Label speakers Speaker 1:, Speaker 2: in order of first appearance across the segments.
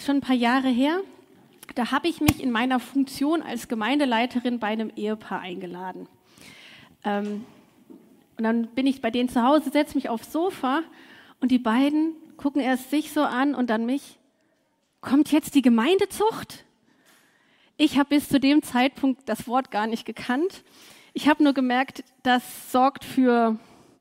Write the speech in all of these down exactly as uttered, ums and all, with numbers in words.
Speaker 1: schon ein paar Jahre her, da habe ich mich in meiner Funktion als Gemeindeleiterin bei einem Ehepaar eingeladen. Ähm, und dann bin ich bei denen zu Hause, setze mich aufs Sofa und die beiden gucken erst sich so an und dann mich. Kommt jetzt die Gemeindezucht? Ich habe bis zu dem Zeitpunkt das Wort gar nicht gekannt. Ich habe nur gemerkt, das sorgt für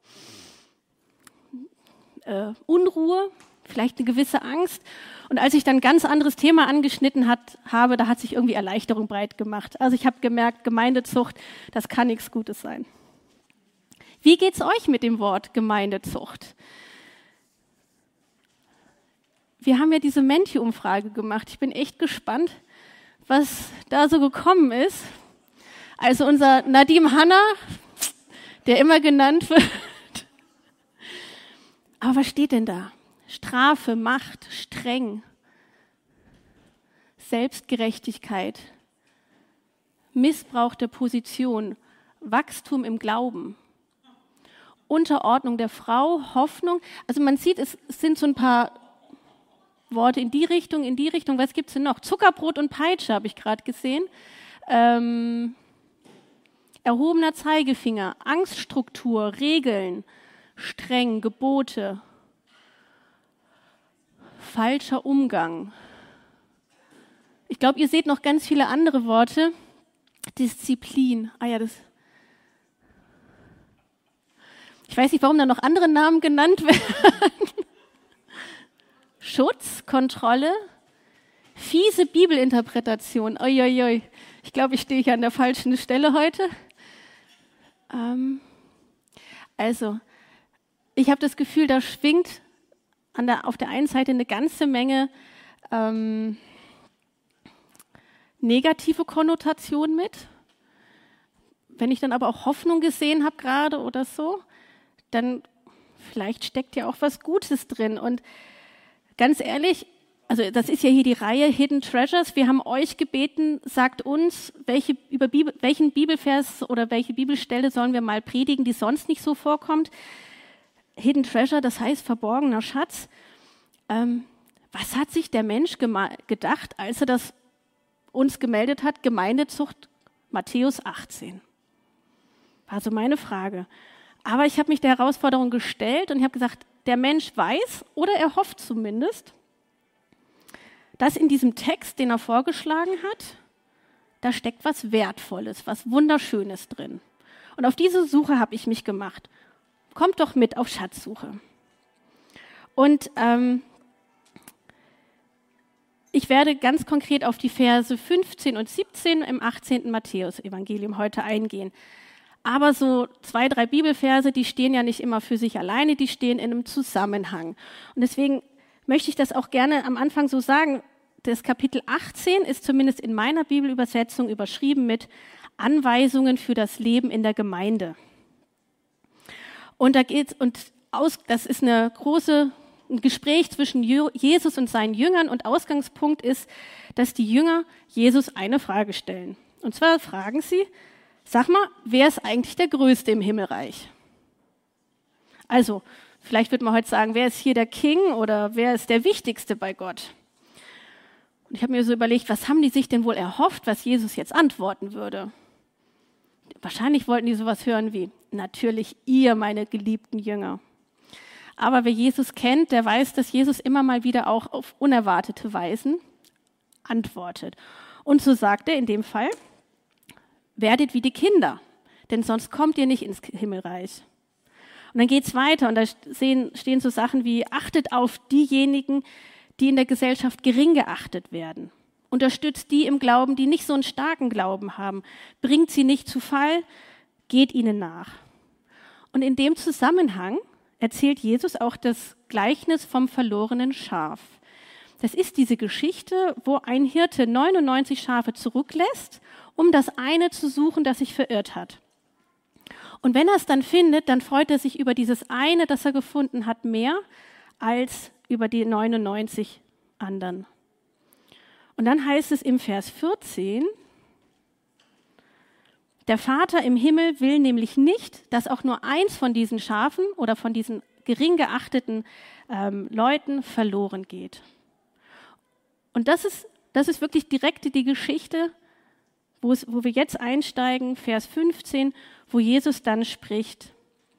Speaker 1: äh, Unruhe, vielleicht eine gewisse Angst. Und als ich dann ein ganz anderes Thema angeschnitten hat, habe, da hat sich irgendwie Erleichterung breit gemacht. Also ich habe gemerkt, Gemeindezucht, das kann nichts Gutes sein. Wie geht's euch mit dem Wort Gemeindezucht? Wir haben ja diese Menti-Umfrage gemacht. Ich bin echt gespannt, was da so gekommen ist. Also unser Nadim Hanna, der immer genannt wird. Aber was steht denn da? Strafe, Macht, streng, Selbstgerechtigkeit, Missbrauch der Position, Wachstum im Glauben, Unterordnung der Frau, Hoffnung. Also man sieht, es sind so ein paar Worte in die Richtung, in die Richtung. Was gibt's denn noch? Zuckerbrot und Peitsche habe ich gerade gesehen. Ähm, erhobener Zeigefinger, Angststruktur, Regeln, streng, Gebote, falscher Umgang. Ich glaube, ihr seht noch ganz viele andere Worte. Disziplin. Ah ja, das. Ich weiß nicht, warum da noch andere Namen genannt werden. Schutz, Kontrolle, fiese Bibelinterpretation. Uiuiui. Ich glaube, ich stehe hier an der falschen Stelle heute. Ähm, also, ich habe das Gefühl, da schwingt an der, auf der einen Seite eine ganze Menge ähm, negative Konnotation mit. Wenn ich dann aber auch Hoffnung gesehen habe gerade oder so, dann vielleicht steckt ja auch was Gutes drin. Und ganz ehrlich, also das ist ja hier die Reihe Hidden Treasures. Wir haben euch gebeten, sagt uns, welche, über Bibel, welchen Bibelvers oder welche Bibelstelle sollen wir mal predigen, die sonst nicht so vorkommt. Hidden Treasure, das heißt verborgener Schatz. Ähm, was hat sich der Mensch gema- gedacht, als er das uns gemeldet hat? Gemeindezucht, Matthäus achtzehn. War so meine Frage. Aber ich habe mich der Herausforderung gestellt und ich habe gesagt, der Mensch weiß, oder er hofft zumindest, dass in diesem Text, den er vorgeschlagen hat, da steckt was Wertvolles, was Wunderschönes drin. Und auf diese Suche habe ich mich gemacht. Kommt doch mit auf Schatzsuche. Und ähm, ich werde ganz konkret auf die Verse fünfzehn und siebzehn im achtzehnten Matthäus-Evangelium heute eingehen. Aber so zwei, drei Bibelverse, die stehen ja nicht immer für sich alleine, die stehen in einem Zusammenhang. Und deswegen möchte ich das auch gerne am Anfang so sagen. Das Kapitel achtzehn ist zumindest in meiner Bibelübersetzung überschrieben mit Anweisungen für das Leben in der Gemeinde. Und da geht's, und aus, das ist eine große, ein Gespräch zwischen Jesus und seinen Jüngern und Ausgangspunkt ist, dass die Jünger Jesus eine Frage stellen. Und zwar fragen sie, sag mal, wer ist eigentlich der Größte im Himmelreich? Also, vielleicht wird man heute sagen, wer ist hier der King oder wer ist der Wichtigste bei Gott? Und ich habe mir so überlegt, was haben die sich denn wohl erhofft, was Jesus jetzt antworten würde? Wahrscheinlich wollten die sowas hören wie, natürlich ihr, meine geliebten Jünger. Aber wer Jesus kennt, der weiß, dass Jesus immer mal wieder auch auf unerwartete Weisen antwortet. Und so sagt er in dem Fall, werdet wie die Kinder, denn sonst kommt ihr nicht ins Himmelreich. Und dann geht's weiter und da stehen, stehen so Sachen wie, achtet auf diejenigen, die in der Gesellschaft gering geachtet werden. Unterstützt die im Glauben, die nicht so einen starken Glauben haben. Bringt sie nicht zu Fall, geht ihnen nach. Und in dem Zusammenhang erzählt Jesus auch das Gleichnis vom verlorenen Schaf. Das ist diese Geschichte, wo ein Hirte neunundneunzig Schafe zurücklässt, um das eine zu suchen, das sich verirrt hat. Und wenn er es dann findet, dann freut er sich über dieses eine, das er gefunden hat, mehr als über die neunundneunzig anderen. Und dann heißt es im Vers vierzehn, der Vater im Himmel will nämlich nicht, dass auch nur eins von diesen Schafen oder von diesen gering geachteten ähm, Leuten verloren geht. Und das ist, das ist wirklich direkt die Geschichte, wo, es, wo wir jetzt einsteigen, Vers fünfzehn, wo Jesus dann spricht.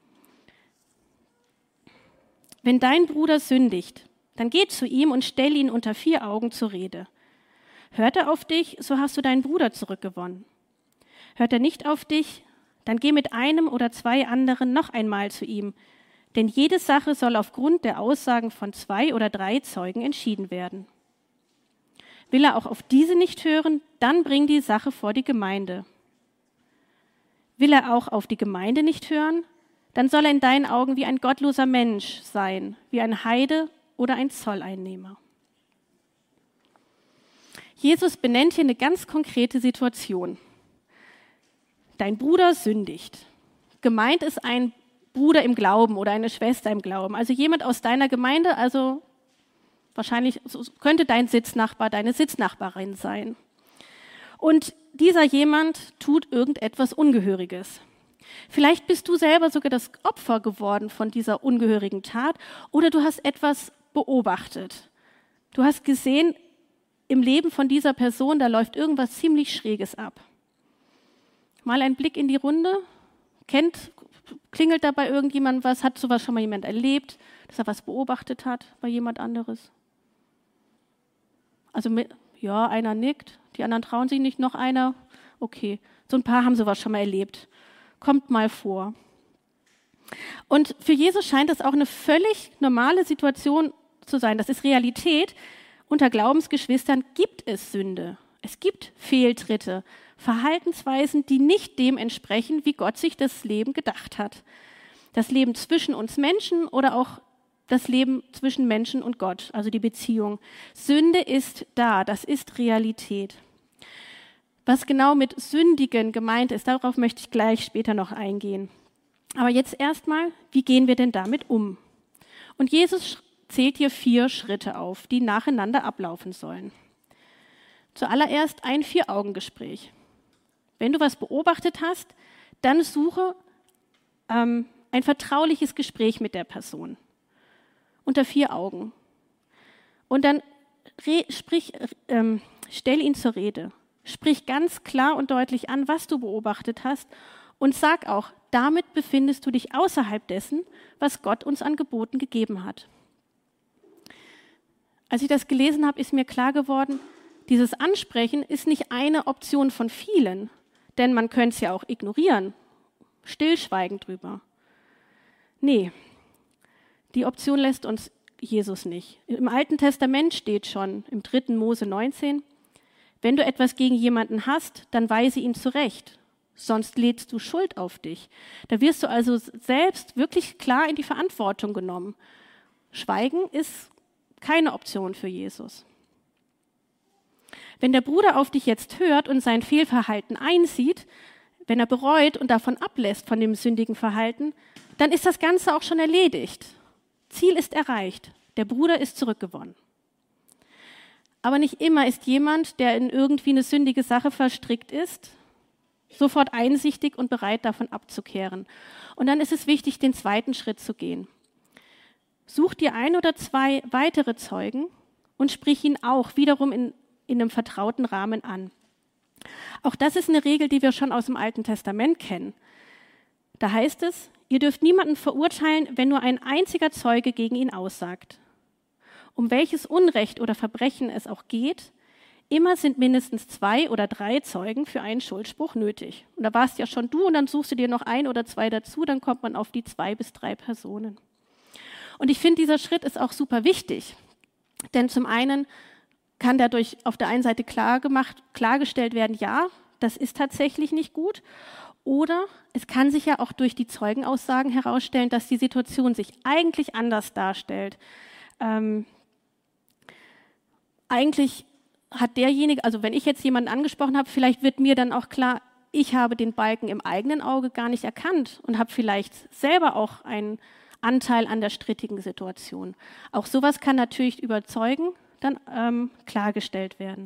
Speaker 1: Wenn dein Bruder sündigt, dann geh zu ihm und stell ihn unter vier Augen zur Rede. Hört er auf dich, so hast du deinen Bruder zurückgewonnen. Hört er nicht auf dich, dann geh mit einem oder zwei anderen noch einmal zu ihm, denn jede Sache soll aufgrund der Aussagen von zwei oder drei Zeugen entschieden werden. Will er auch auf diese nicht hören, dann bring die Sache vor die Gemeinde. Will er auch auf die Gemeinde nicht hören, dann soll er in deinen Augen wie ein gottloser Mensch sein, wie ein Heide oder ein Zolleinnehmer. Jesus benennt hier eine ganz konkrete Situation. Dein Bruder sündigt. Gemeint ist ein Bruder im Glauben oder eine Schwester im Glauben. Also jemand aus deiner Gemeinde, also wahrscheinlich könnte dein Sitznachbar, deine Sitznachbarin sein. Und dieser jemand tut irgendetwas Ungehöriges. Vielleicht bist du selber sogar das Opfer geworden von dieser ungehörigen Tat oder du hast etwas beobachtet. Du hast gesehen, im Leben von dieser Person, da läuft irgendwas ziemlich Schräges ab. Mal ein Blick in die Runde. Kennt, klingelt da bei irgendjemandem was? Hat sowas schon mal jemand erlebt, dass er was beobachtet hat bei jemand anderes? Also, mit, ja, einer nickt, die anderen trauen sich nicht, noch einer. Okay, so ein paar haben sowas schon mal erlebt. Kommt mal vor. Und für Jesus scheint das auch eine völlig normale Situation zu sein. Das ist Realität. Unter Glaubensgeschwistern gibt es Sünde. Es gibt Fehltritte, Verhaltensweisen, die nicht dem entsprechen, wie Gott sich das Leben gedacht hat. Das Leben zwischen uns Menschen oder auch das Leben zwischen Menschen und Gott, also die Beziehung. Sünde ist da, das ist Realität. Was genau mit Sündigen gemeint ist, darauf möchte ich gleich später noch eingehen. Aber jetzt erstmal, wie gehen wir denn damit um? Und Jesus zählt hier vier Schritte auf, die nacheinander ablaufen sollen. Zuallererst ein Vier-Augen-Gespräch. Wenn du was beobachtet hast, dann suche ähm, ein vertrauliches Gespräch mit der Person. Unter vier Augen. Und dann re, sprich, ähm, stell ihn zur Rede. Sprich ganz klar und deutlich an, was du beobachtet hast und sag auch, damit befindest du dich außerhalb dessen, was Gott uns an Geboten gegeben hat. Als ich das gelesen habe, ist mir klar geworden, dieses Ansprechen ist nicht eine Option von vielen, denn man könnte es ja auch ignorieren, stillschweigen drüber. Nee, die Option lässt uns Jesus nicht. Im Alten Testament steht schon, im dritten Mose neunzehn, wenn du etwas gegen jemanden hast, dann weise ihn zurecht, sonst lädst du Schuld auf dich. Da wirst du also selbst wirklich klar in die Verantwortung genommen. Schweigen ist keine Option für Jesus. Wenn der Bruder auf dich jetzt hört und sein Fehlverhalten einsieht, wenn er bereut und davon ablässt von dem sündigen Verhalten, dann ist das Ganze auch schon erledigt. Ziel ist erreicht. Der Bruder ist zurückgewonnen. Aber nicht immer ist jemand, der in irgendwie eine sündige Sache verstrickt ist, sofort einsichtig und bereit, davon abzukehren. Und dann ist es wichtig, den zweiten Schritt zu gehen. Such dir ein oder zwei weitere Zeugen und sprich ihn auch wiederum in, in einem vertrauten Rahmen an. Auch das ist eine Regel, die wir schon aus dem Alten Testament kennen. Da heißt es, ihr dürft niemanden verurteilen, wenn nur ein einziger Zeuge gegen ihn aussagt. Um welches Unrecht oder Verbrechen es auch geht, immer sind mindestens zwei oder drei Zeugen für einen Schuldspruch nötig. Und da warst ja schon du und dann suchst du dir noch ein oder zwei dazu, dann kommt man auf die zwei bis drei Personen. Und ich finde, dieser Schritt ist auch super wichtig, denn zum einen kann dadurch auf der einen Seite klar gemacht, klargestellt werden, ja, das ist tatsächlich nicht gut. Oder es kann sich ja auch durch die Zeugenaussagen herausstellen, dass die Situation sich eigentlich anders darstellt. Ähm, eigentlich hat derjenige, also wenn ich jetzt jemanden angesprochen habe, vielleicht wird mir dann auch klar, ich habe den Balken im eigenen Auge gar nicht erkannt und habe vielleicht selber auch einen Anteil an der strittigen Situation. Auch sowas kann natürlich über Zeugen dann ähm, klargestellt werden.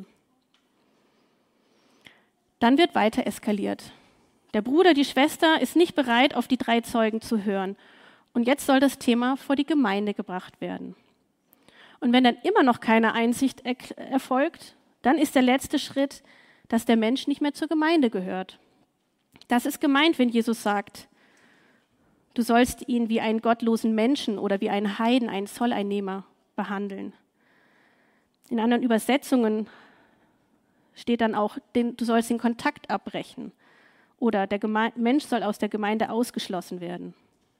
Speaker 1: Dann wird weiter eskaliert. Der Bruder, die Schwester ist nicht bereit, auf die drei Zeugen zu hören. Und jetzt soll das Thema vor die Gemeinde gebracht werden. Und wenn dann immer noch keine Einsicht er- erfolgt, dann ist der letzte Schritt, dass der Mensch nicht mehr zur Gemeinde gehört. Das ist gemeint, wenn Jesus sagt, du sollst ihn wie einen gottlosen Menschen oder wie einen Heiden, einen Zolleinnehmer behandeln. In anderen Übersetzungen steht dann auch, den, du sollst den Kontakt abbrechen oder der Geme- Mensch soll aus der Gemeinde ausgeschlossen werden.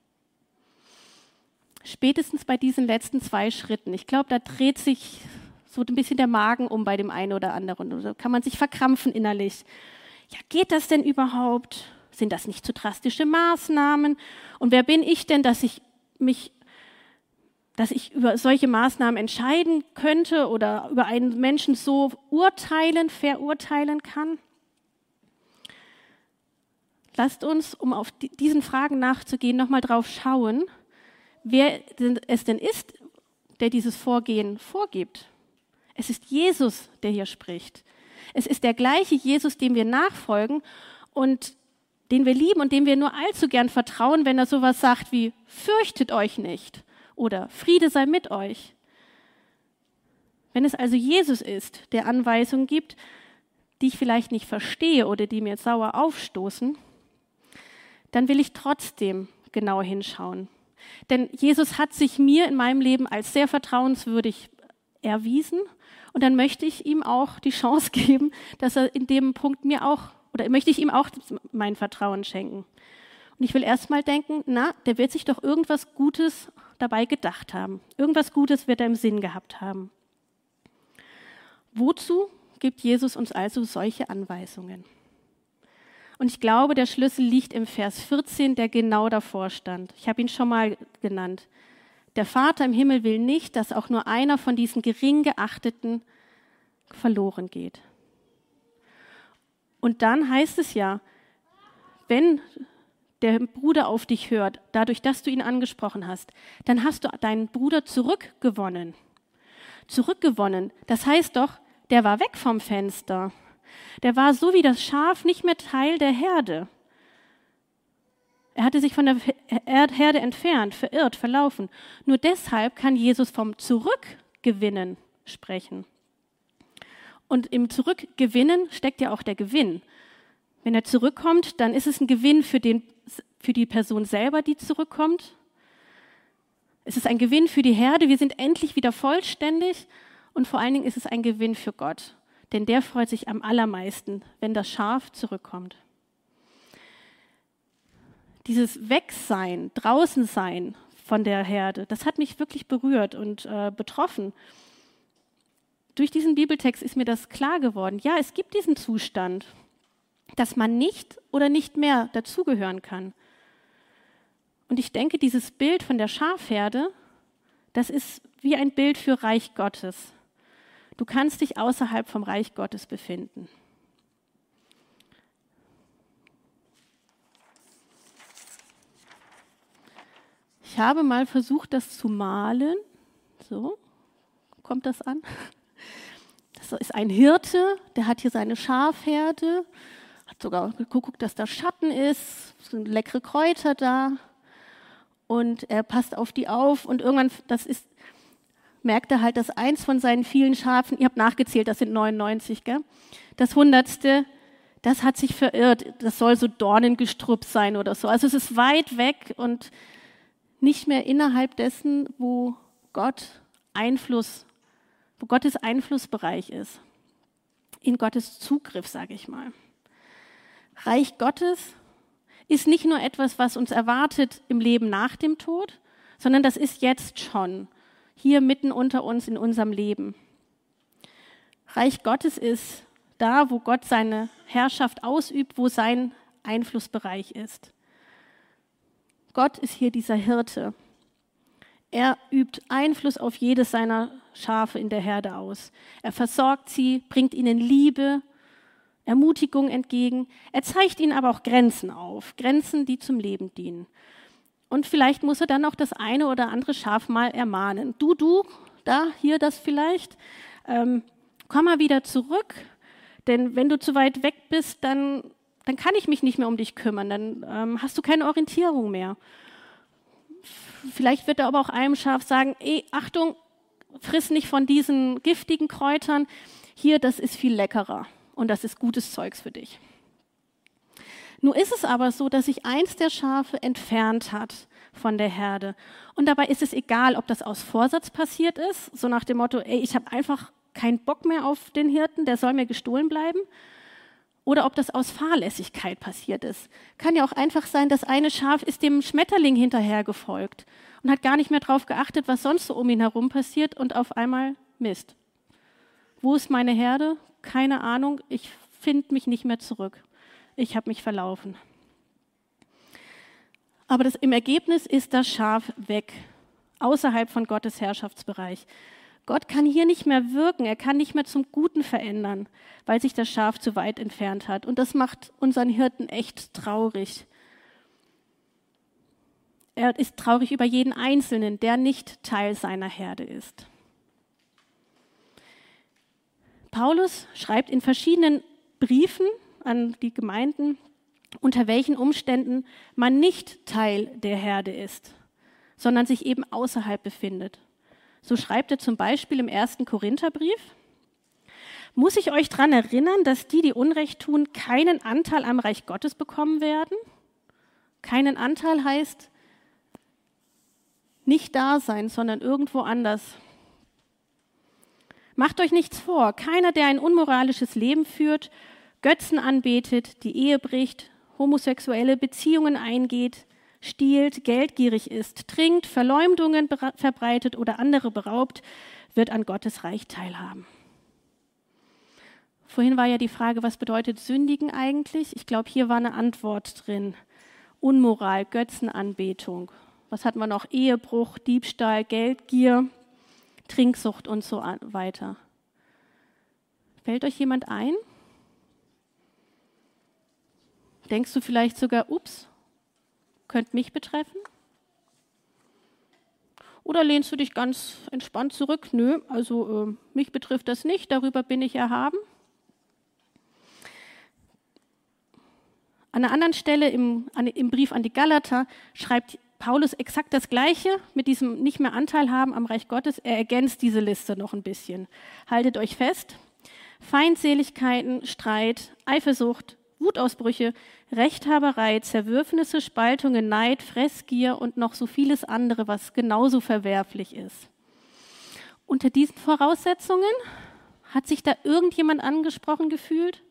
Speaker 1: Spätestens bei diesen letzten zwei Schritten, ich glaube, da dreht sich so ein bisschen der Magen um bei dem einen oder anderen. Oder kann man sich verkrampfen innerlich. Ja, geht das denn überhaupt? Sind das nicht zu drastische Maßnahmen? Und wer bin ich denn, dass ich mich, dass ich über solche Maßnahmen entscheiden könnte oder über einen Menschen so urteilen, verurteilen kann? Lasst uns, um auf die, diesen Fragen nachzugehen, nochmal drauf schauen, wer es denn ist, der dieses Vorgehen vorgibt. Es ist Jesus, der hier spricht. Es ist der gleiche Jesus, dem wir nachfolgen und den wir lieben und dem wir nur allzu gern vertrauen, wenn er sowas sagt wie, fürchtet euch nicht oder Friede sei mit euch. Wenn es also Jesus ist, der Anweisungen gibt, die ich vielleicht nicht verstehe oder die mir sauer aufstoßen, dann will ich trotzdem genau hinschauen. Denn Jesus hat sich mir in meinem Leben als sehr vertrauenswürdig erwiesen und dann möchte ich ihm auch die Chance geben, dass er in dem Punkt mir auch, oder möchte ich ihm auch mein Vertrauen schenken. Und ich will erst mal denken, na, der wird sich doch irgendwas Gutes dabei gedacht haben. Irgendwas Gutes wird er im Sinn gehabt haben. Wozu gibt Jesus uns also solche Anweisungen? Und ich glaube, der Schlüssel liegt im Vers vierzehn, der genau davor stand. Ich habe ihn schon mal genannt. Der Vater im Himmel will nicht, dass auch nur einer von diesen gering geachteten verloren geht. Und dann heißt es ja, wenn der Bruder auf dich hört, dadurch, dass du ihn angesprochen hast, dann hast du deinen Bruder zurückgewonnen. Zurückgewonnen, das heißt doch, der war weg vom Fenster. Der war so wie das Schaf nicht mehr Teil der Herde. Er hatte sich von der Herde entfernt, verirrt, verlaufen. Nur deshalb kann Jesus vom Zurückgewinnen sprechen. Und im Zurückgewinnen steckt ja auch der Gewinn. Wenn er zurückkommt, dann ist es ein Gewinn für, den, für die Person selber, die zurückkommt. Es ist ein Gewinn für die Herde. Wir sind endlich wieder vollständig. Und vor allen Dingen ist es ein Gewinn für Gott. Denn der freut sich am allermeisten, wenn das Schaf zurückkommt. Dieses Wegsein, Draußensein von der Herde, das hat mich wirklich berührt und äh, betroffen. Durch diesen Bibeltext ist mir das klar geworden. Ja, es gibt diesen Zustand, dass man nicht oder nicht mehr dazugehören kann. Und ich denke, dieses Bild von der Schafherde, das ist wie ein Bild für Reich Gottes. Du kannst dich außerhalb vom Reich Gottes befinden. Ich habe mal versucht, das zu malen. So, kommt das an? Das ist ein Hirte, der hat hier seine Schafherde, hat sogar geguckt, dass da Schatten ist, sind leckere Kräuter da und er passt auf die auf und irgendwann, das ist, merkt er halt, dass eins von seinen vielen Schafen, ihr habt nachgezählt, das sind neunundneunzig, gell? Das hundertste, das hat sich verirrt, das soll so Dornengestrüpp sein oder so. Also es ist weit weg und nicht mehr innerhalb dessen, wo Gott Einfluss, wo Gottes Einflussbereich ist. In Gottes Zugriff, sage ich mal. Reich Gottes ist nicht nur etwas, was uns erwartet im Leben nach dem Tod, sondern das ist jetzt schon hier mitten unter uns in unserem Leben. Reich Gottes ist da, wo Gott seine Herrschaft ausübt, wo sein Einflussbereich ist. Gott ist hier dieser Hirte. Er übt Einfluss auf jedes seiner Schafe in der Herde aus. Er versorgt sie, bringt ihnen Liebe, Ermutigung entgegen. Er zeigt ihnen aber auch Grenzen auf, Grenzen, die zum Leben dienen. Und vielleicht muss er dann auch das eine oder andere Schaf mal ermahnen. Du, du, da, hier das vielleicht, ähm, komm mal wieder zurück, denn wenn du zu weit weg bist, dann, dann kann ich mich nicht mehr um dich kümmern, dann ähm, hast du keine Orientierung mehr. Vielleicht wird er aber auch einem Schaf sagen, ey, Achtung, friss nicht von diesen giftigen Kräutern. Hier, das ist viel leckerer und das ist gutes Zeugs für dich. Nun ist es aber so, dass sich eins der Schafe entfernt hat von der Herde. Und dabei ist es egal, ob das aus Vorsatz passiert ist, so nach dem Motto, ey, ich habe einfach keinen Bock mehr auf den Hirten, der soll mir gestohlen bleiben. Oder ob das aus Fahrlässigkeit passiert ist. Kann ja auch einfach sein, das eine Schaf ist dem Schmetterling hinterher gefolgt und hat gar nicht mehr darauf geachtet, was sonst so um ihn herum passiert und auf einmal Mist. Wo ist meine Herde? Keine Ahnung, ich finde mich nicht mehr zurück. Ich habe mich verlaufen. Aber das, im Ergebnis ist das Schaf weg, außerhalb von Gottes Herrschaftsbereich. Gott kann hier nicht mehr wirken, er kann nicht mehr zum Guten verändern, weil sich das Schaf zu weit entfernt hat. Und das macht unseren Hirten echt traurig. Er ist traurig über jeden Einzelnen, der nicht Teil seiner Herde ist. Paulus schreibt in verschiedenen Briefen an die Gemeinden, unter welchen Umständen man nicht Teil der Herde ist, sondern sich eben außerhalb befindet. So schreibt er zum Beispiel im ersten Korintherbrief: Muss ich euch daran erinnern, dass die, die Unrecht tun, keinen Anteil am Reich Gottes bekommen werden? Keinen Anteil heißt nicht da sein, sondern irgendwo anders. Macht euch nichts vor, keiner, der ein unmoralisches Leben führt, Götzen anbetet, die Ehe bricht, homosexuelle Beziehungen eingeht, stiehlt, geldgierig ist, trinkt, Verleumdungen verbreitet oder andere beraubt, wird an Gottes Reich teilhaben. Vorhin war ja die Frage, was bedeutet sündigen eigentlich? Ich glaube, hier war eine Antwort drin. Unmoral, Götzenanbetung. Was hatten wir noch? Ehebruch, Diebstahl, Geldgier, Trinksucht und so weiter. Fällt euch jemand ein? Denkst du vielleicht sogar, ups, könnte mich betreffen? Oder lehnst du dich ganz entspannt zurück? Nö, also äh, mich betrifft das nicht, darüber bin ich erhaben. An einer anderen Stelle im, an, im Brief an die Galater schreibt Paulus exakt das Gleiche mit diesem nicht mehr Anteil haben am Reich Gottes. Er ergänzt diese Liste noch ein bisschen. Haltet euch fest: Feindseligkeiten, Streit, Eifersucht, Wutausbrüche, Rechthaberei, Zerwürfnisse, Spaltungen, Neid, Fressgier und noch so vieles andere, was genauso verwerflich ist. Unter diesen Voraussetzungen hat sich da irgendjemand angesprochen gefühlt?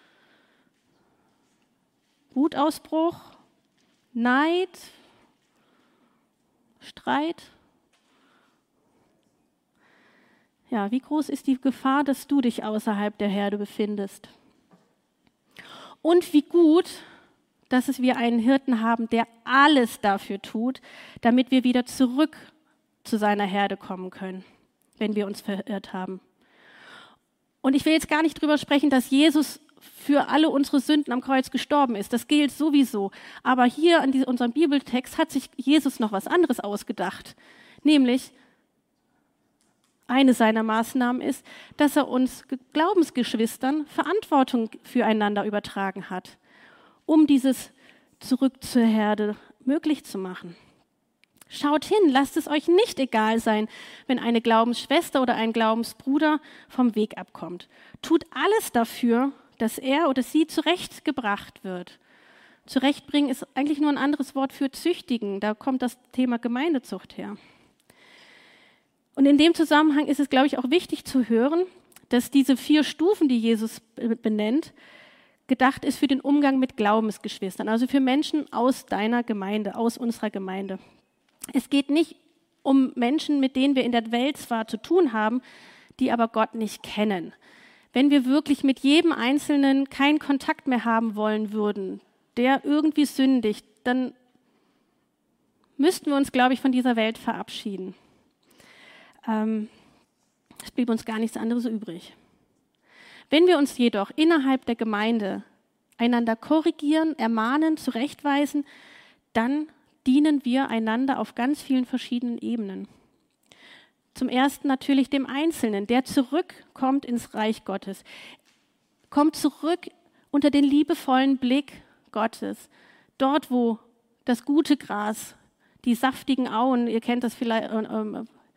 Speaker 1: Wutausbruch, Neid, Streit? Ja, wie groß ist die Gefahr, dass du dich außerhalb der Herde befindest? Und wie gut, dass es wir einen Hirten haben, der alles dafür tut, damit wir wieder zurück zu seiner Herde kommen können, wenn wir uns verirrt haben. Und ich will jetzt gar nicht drüber sprechen, dass Jesus für alle unsere Sünden am Kreuz gestorben ist. Das gilt sowieso. Aber hier in unserem Bibeltext hat sich Jesus noch was anderes ausgedacht. Nämlich, eine seiner Maßnahmen ist, dass er uns Glaubensgeschwistern Verantwortung füreinander übertragen hat, um dieses Zurück zur Herde möglich zu machen. Schaut hin, lasst es euch nicht egal sein, wenn eine Glaubensschwester oder ein Glaubensbruder vom Weg abkommt. Tut alles dafür, dass er oder sie zurechtgebracht wird. Zurechtbringen ist eigentlich nur ein anderes Wort für züchtigen. Da kommt das Thema Gemeindezucht her. Und in dem Zusammenhang ist es, glaube ich, auch wichtig zu hören, dass diese vier Stufen, die Jesus benennt, gedacht ist für den Umgang mit Glaubensgeschwistern, also für Menschen aus deiner Gemeinde, aus unserer Gemeinde. Es geht nicht um Menschen, mit denen wir in der Welt zwar zu tun haben, die aber Gott nicht kennen. Wenn wir wirklich mit jedem Einzelnen keinen Kontakt mehr haben wollen würden, der irgendwie sündigt, dann müssten wir uns, glaube ich, von dieser Welt verabschieden. Ähm, es blieb uns gar nichts anderes übrig. Wenn wir uns jedoch innerhalb der Gemeinde einander korrigieren, ermahnen, zurechtweisen, dann dienen wir einander auf ganz vielen verschiedenen Ebenen. Zum Ersten natürlich dem Einzelnen, der zurückkommt ins Reich Gottes, kommt zurück unter den liebevollen Blick Gottes, dort wo das gute Gras, die saftigen Auen, ihr kennt das vielleicht, äh,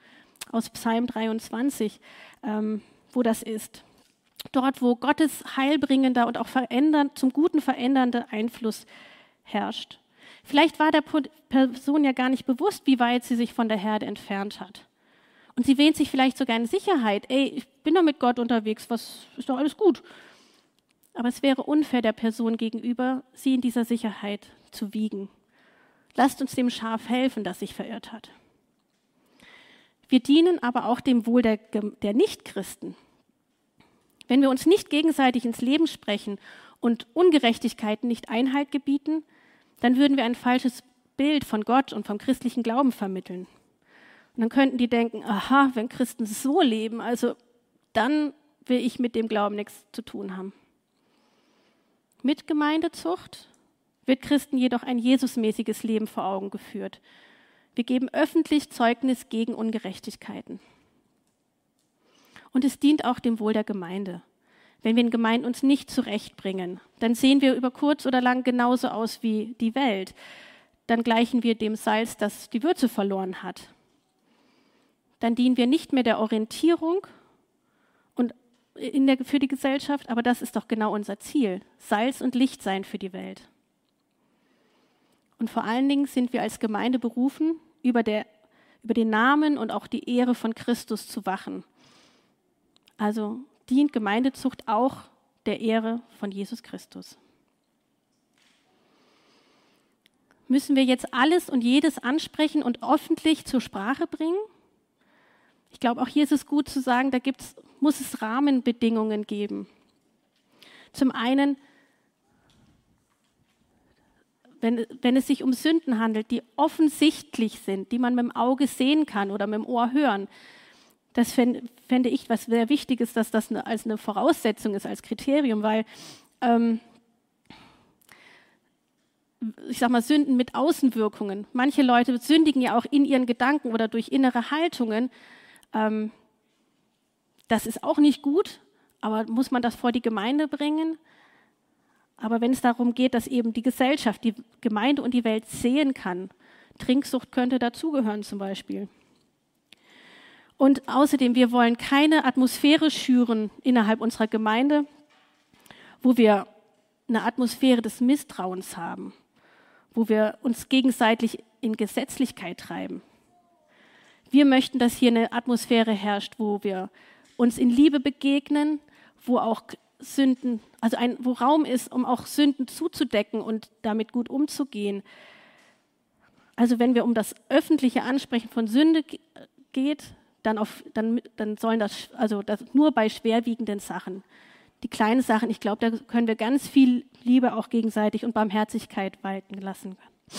Speaker 1: aus Psalm dreiundzwanzig, ähm, wo das ist. Dort, wo Gottes heilbringender und auch verändernd, zum Guten verändernder Einfluss herrscht. Vielleicht war der Person ja gar nicht bewusst, wie weit sie sich von der Herde entfernt hat. Und sie wähnt sich vielleicht sogar in Sicherheit. Ey, ich bin doch mit Gott unterwegs, was ist doch alles gut. Aber es wäre unfair der Person gegenüber, sie in dieser Sicherheit zu wiegen. Lasst uns dem Schaf helfen, das sich verirrt hat. Wir dienen aber auch dem Wohl der, der Nichtchristen. Wenn wir uns nicht gegenseitig ins Leben sprechen und Ungerechtigkeiten nicht Einhalt gebieten, dann würden wir ein falsches Bild von Gott und vom christlichen Glauben vermitteln. Und dann könnten die denken, aha, wenn Christen so leben, also dann will ich mit dem Glauben nichts zu tun haben. Mit Gemeindezucht wird Christen jedoch ein Jesusmäßiges Leben vor Augen geführt. Wir geben öffentlich Zeugnis gegen Ungerechtigkeiten. Und es dient auch dem Wohl der Gemeinde. Wenn wir in Gemeinden uns nicht zurechtbringen, dann sehen wir über kurz oder lang genauso aus wie die Welt. Dann gleichen wir dem Salz, das die Würze verloren hat. Dann dienen wir nicht mehr der Orientierung und in der, für die Gesellschaft, aber das ist doch genau unser Ziel, Salz und Licht sein für die Welt. Und vor allen Dingen sind wir als Gemeinde berufen, über, der, über den Namen und auch die Ehre von Christus zu wachen. Also dient Gemeindezucht auch der Ehre von Jesus Christus. Müssen wir jetzt alles und jedes ansprechen und öffentlich zur Sprache bringen? Ich glaube, auch hier ist es gut zu sagen, da gibt's, muss es Rahmenbedingungen geben. Zum einen, wenn, wenn es sich um Sünden handelt, die offensichtlich sind, die man mit dem Auge sehen kann oder mit dem Ohr hören, das fände, fände ich was sehr Wichtiges, dass das eine, als eine Voraussetzung ist, als Kriterium, weil ähm, ich sag mal, Sünden mit Außenwirkungen. Manche Leute sündigen ja auch in ihren Gedanken oder durch innere Haltungen. Ähm, das ist auch nicht gut, aber muss man das vor die Gemeinde bringen? Aber wenn es darum geht, dass eben die Gesellschaft, die Gemeinde und die Welt sehen kann, Trinksucht könnte dazugehören zum Beispiel. Und außerdem, wir wollen keine Atmosphäre schüren innerhalb unserer Gemeinde, wo wir eine Atmosphäre des Misstrauens haben, wo wir uns gegenseitig in Gesetzlichkeit treiben. Wir möchten, dass hier eine Atmosphäre herrscht, wo wir uns in Liebe begegnen, wo auch Sünden, also ein, wo Raum ist, um auch Sünden zuzudecken und damit gut umzugehen. Also wenn wir um das öffentliche Ansprechen von Sünde geht, dann, auf, dann, dann sollen das, also das nur bei schwerwiegenden Sachen. Die kleinen Sachen, ich glaube, da können wir ganz viel Liebe auch gegenseitig und Barmherzigkeit walten lassen.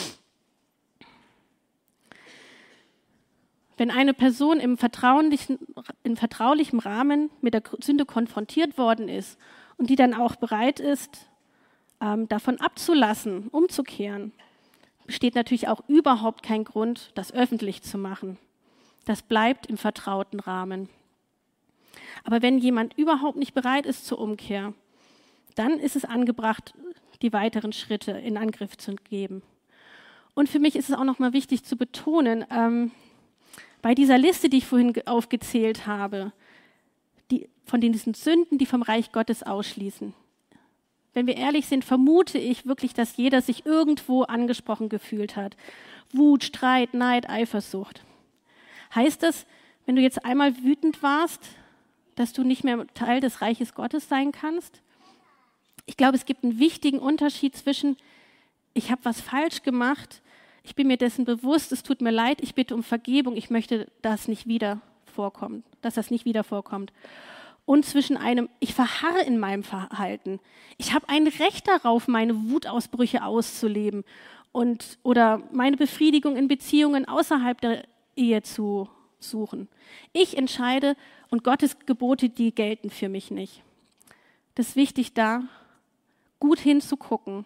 Speaker 1: Wenn eine Person im vertraulichen, im vertraulichen Rahmen mit der Sünde konfrontiert worden ist und die dann auch bereit ist, ähm, davon abzulassen, umzukehren, besteht natürlich auch überhaupt kein Grund, das öffentlich zu machen. Das bleibt im vertrauten Rahmen. Aber wenn jemand überhaupt nicht bereit ist zur Umkehr, dann ist es angebracht, die weiteren Schritte in Angriff zu geben. Und für mich ist es auch nochmal wichtig zu betonen, ähm, bei dieser Liste, die ich vorhin aufgezählt habe, die, von diesen Sünden, die vom Reich Gottes ausschließen. Wenn wir ehrlich sind, vermute ich wirklich, dass jeder sich irgendwo angesprochen gefühlt hat. Wut, Streit, Neid, Eifersucht. Heißt das, wenn du jetzt einmal wütend warst, dass du nicht mehr Teil des Reiches Gottes sein kannst? Ich glaube, es gibt einen wichtigen Unterschied zwischen, ich habe was falsch gemacht, ich bin mir dessen bewusst, es tut mir leid, ich bitte um Vergebung, ich möchte, dass nicht wieder vorkommt, dass das nicht wieder vorkommt. Und zwischen einem, ich verharre in meinem Verhalten, ich habe ein Recht darauf, meine Wutausbrüche auszuleben und oder meine Befriedigung in Beziehungen außerhalb der Ehe zu suchen. Ich entscheide und Gottes Gebote, die gelten für mich nicht. Das ist wichtig, da gut hinzugucken.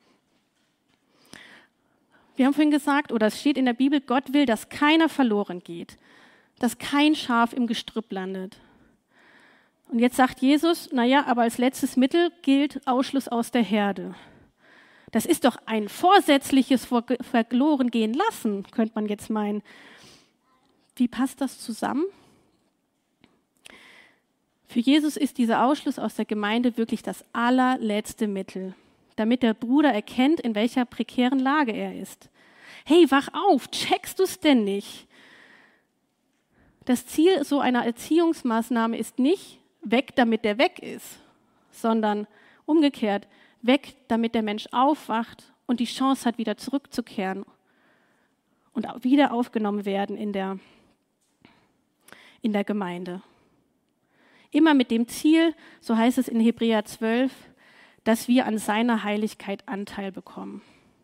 Speaker 1: Wir haben vorhin gesagt, oder es steht in der Bibel, Gott will, dass keiner verloren geht, dass kein Schaf im Gestrüpp landet. Und jetzt sagt Jesus, naja, aber als letztes Mittel gilt Ausschluss aus der Herde. Das ist doch ein vorsätzliches Verloren gehen lassen, könnte man jetzt meinen. wie passt das zusammen? Für Jesus ist dieser Ausschluss aus der Gemeinde wirklich das allerletzte Mittel, damit der Bruder erkennt, in welcher prekären Lage er ist. Hey, wach auf, checkst du es denn nicht? Das Ziel so einer Erziehungsmaßnahme ist nicht, weg, damit der weg ist, sondern umgekehrt, weg, damit der Mensch aufwacht und die Chance hat, wieder zurückzukehren und wieder aufgenommen werden in der, in der Gemeinde. Immer mit dem Ziel, so heißt es in Hebräer zwölf, dass wir an seiner Heiligkeit Anteil bekommen.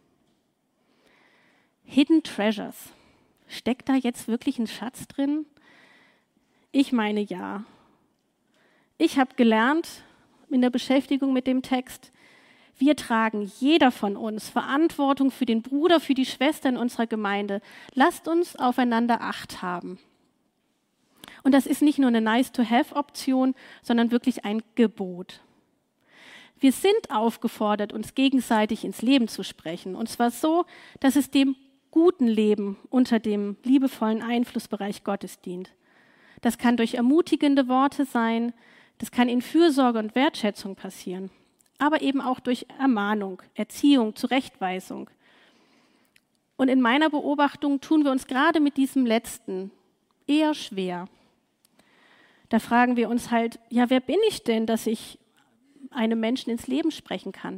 Speaker 1: Hidden Treasures. Steckt da jetzt wirklich ein Schatz drin? Ich meine ja. Ich habe gelernt in der Beschäftigung mit dem Text, wir tragen, jeder von uns, Verantwortung für den Bruder, für die Schwester in unserer Gemeinde. Lasst uns aufeinander Acht haben. Und das ist nicht nur eine Nice-to-have-Option, sondern wirklich ein Gebot. Wir sind aufgefordert, uns gegenseitig ins Leben zu sprechen. Und zwar so, dass es dem guten Leben unter dem liebevollen Einflussbereich Gottes dient. Das kann durch ermutigende Worte sein, das kann in Fürsorge und Wertschätzung passieren, aber eben auch durch Ermahnung, Erziehung, Zurechtweisung. Und in meiner Beobachtung tun wir uns gerade mit diesem Letzten eher schwer. Da fragen wir uns halt, ja, wer bin ich denn, dass ich einem Menschen ins Leben sprechen kann?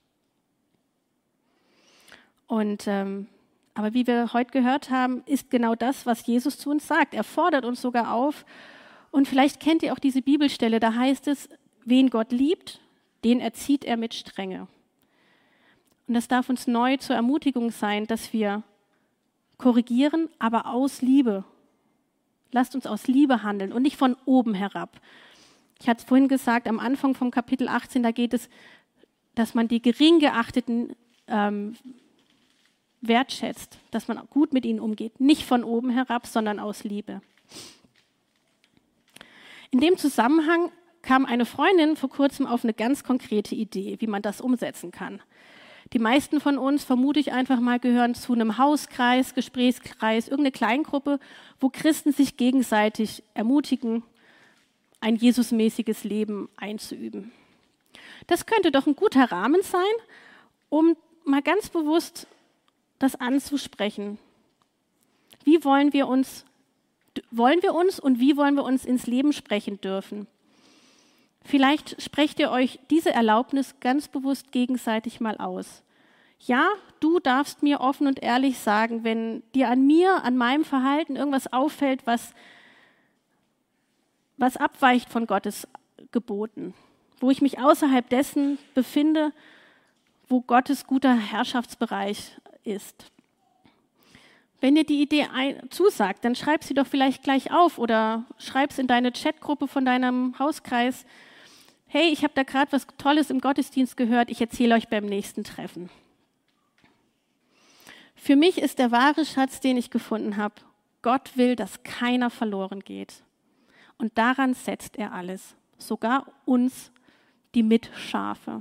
Speaker 1: Und ähm, aber wie wir heute gehört haben, ist genau das, was Jesus zu uns sagt. Er fordert uns sogar auf. Und vielleicht kennt ihr auch diese Bibelstelle, da heißt es, wen Gott liebt, den erzieht er mit Strenge. Und das darf uns neu zur Ermutigung sein, dass wir korrigieren, aber aus Liebe. Lasst uns aus Liebe handeln und nicht von oben herab. Ich hatte es vorhin gesagt, am Anfang vom Kapitel achtzehn, da geht es, dass man die gering geachteten ähm, wertschätzt, dass man gut mit ihnen umgeht. Nicht von oben herab, sondern aus Liebe. In dem Zusammenhang kam eine Freundin vor kurzem auf eine ganz konkrete Idee, wie man das umsetzen kann. Die meisten von uns, vermute ich einfach mal, gehören zu einem Hauskreis, Gesprächskreis, irgendeine Kleingruppe, wo Christen sich gegenseitig ermutigen, ein Jesusmäßiges Leben einzuüben. Das könnte doch ein guter Rahmen sein, um mal ganz bewusst das anzusprechen. Wie wollen wir uns, wollen wir uns und wie wollen wir uns ins Leben sprechen dürfen? Vielleicht sprecht ihr euch diese Erlaubnis ganz bewusst gegenseitig mal aus. Ja, du darfst mir offen und ehrlich sagen, wenn dir an mir, an meinem Verhalten irgendwas auffällt, was, was abweicht von Gottes Geboten, wo ich mich außerhalb dessen befinde, wo Gottes guter Herrschaftsbereich ist. Wenn dir die Idee ein, zusagt, dann schreib sie doch vielleicht gleich auf oder schreib es in deine Chatgruppe von deinem Hauskreis. Hey, ich habe da gerade was Tolles im Gottesdienst gehört, ich erzähle euch beim nächsten Treffen. Für mich ist der wahre Schatz, den ich gefunden habe, Gott will, dass keiner verloren geht. Und daran setzt er alles, sogar uns, die Mitschafe.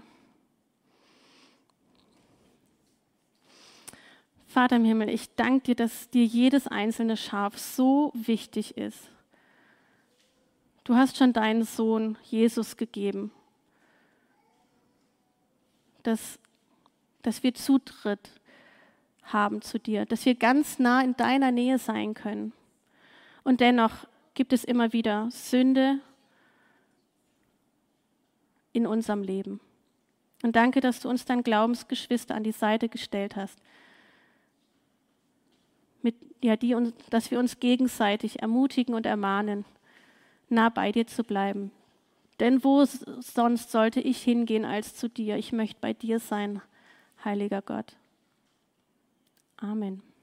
Speaker 1: Vater im Himmel, ich danke dir, dass dir jedes einzelne Schaf so wichtig ist. Du hast schon deinen Sohn Jesus gegeben, dass, dass wir Zutritt haben zu dir, dass wir ganz nah in deiner Nähe sein können. Und dennoch gibt es immer wieder Sünde in unserem Leben. Und danke, dass du uns dann Glaubensgeschwister an die Seite gestellt hast, mit, ja, die, dass wir uns gegenseitig ermutigen und ermahnen, nah bei dir zu bleiben. Denn wo sonst sollte ich hingehen als zu dir? Ich möchte bei dir sein, heiliger Gott. Amen.